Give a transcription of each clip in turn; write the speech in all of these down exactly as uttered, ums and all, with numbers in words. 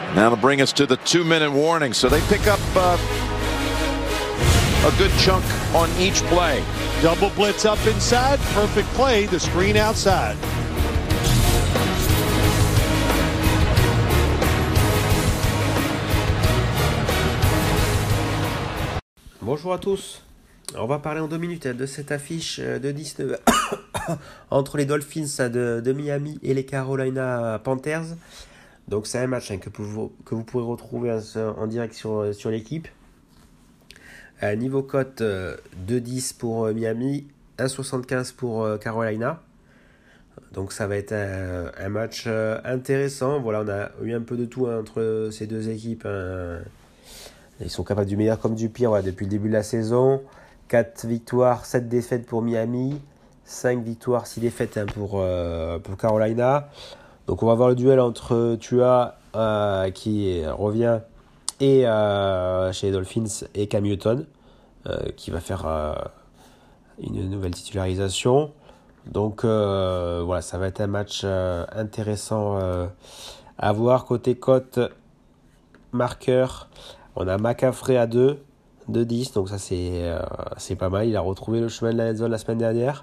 Now to bring us to the two-minute warning. So they pick up uh, a good chunk on each play. Double blitz up inside. Perfect play. The screen outside. Bonjour à tous. On va parler en deux minutes de cette affiche de dix-neuf entre les Dolphins de, de Miami et les Carolina Panthers. Donc c'est un match hein, que, vous, que vous pourrez retrouver en, en direct sur, sur l'équipe. Euh, niveau cote, euh, deux dix pour Miami, un virgule soixante-quinze pour euh, Carolina. Donc ça va être un, un match euh, intéressant. Voilà, on a eu un peu de tout hein, entre ces deux équipes. Hein. Ils sont capables du meilleur comme du pire voilà, depuis le début de la saison. quatre victoires, sept défaites pour Miami. cinq victoires, six défaites hein, pour, euh, pour Carolina. Donc on va voir le duel entre Tua euh, qui revient et euh, chez les Dolphins et Cam Newton euh, qui va faire euh, une nouvelle titularisation. Donc euh, voilà, ça va être un match euh, intéressant euh, à voir. Côté cote marqueur, on a McCaffrey à deux, deux dix, donc ça c'est, euh, c'est pas mal. Il a retrouvé le chemin de la zone la semaine dernière.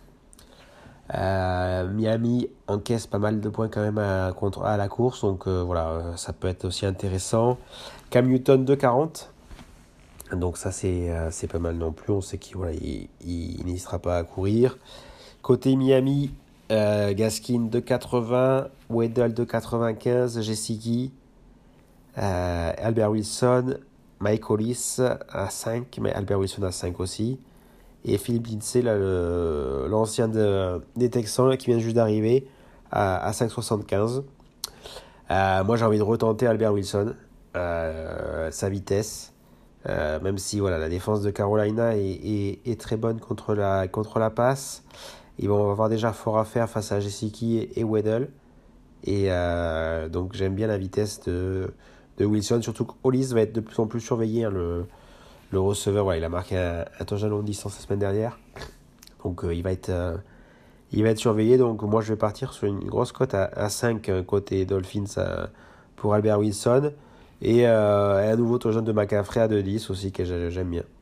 Euh, Miami encaisse pas mal de points quand même à, contre, à la course, donc euh, voilà, ça peut être aussi intéressant. Cam Newton deux quarante, donc ça c'est, euh, c'est pas mal non plus. On sait qu'il voilà, il, il, il n'hésitera pas à courir. Côté Miami, euh, Gaskin deux quatre-vingts, Weddle deux quatre-vingt-quinze, Gesicki, euh, Albert Wilson, Mike Hollis à cinq, mais Albert Wilson à cinq aussi. Et Philippe Lindsay, là, le, l'ancien de, des Texans là, qui vient juste d'arriver à, à cinq soixante-quinze. Euh, moi j'ai envie de retenter Albert Wilson, euh, sa vitesse, euh, même si voilà, la défense de Carolina est, est, est très bonne contre la, contre la passe. Ils vont avoir déjà fort à faire face à Gesicki et, et Weddle. Et euh, donc j'aime bien la vitesse de, de Wilson, surtout que Hollis va être de plus en plus surveillé, hein, le Le receveur, voilà, il a marqué un, un touchdown longue distance la semaine dernière. Donc euh, il, va être, euh, il va être surveillé. Donc moi je vais partir sur une grosse cote à, à cinq euh, côté Dolphins euh, pour Albert Wilson. Et euh, un nouveau touchdown de McCaffrey à deux dix aussi que j'aime bien.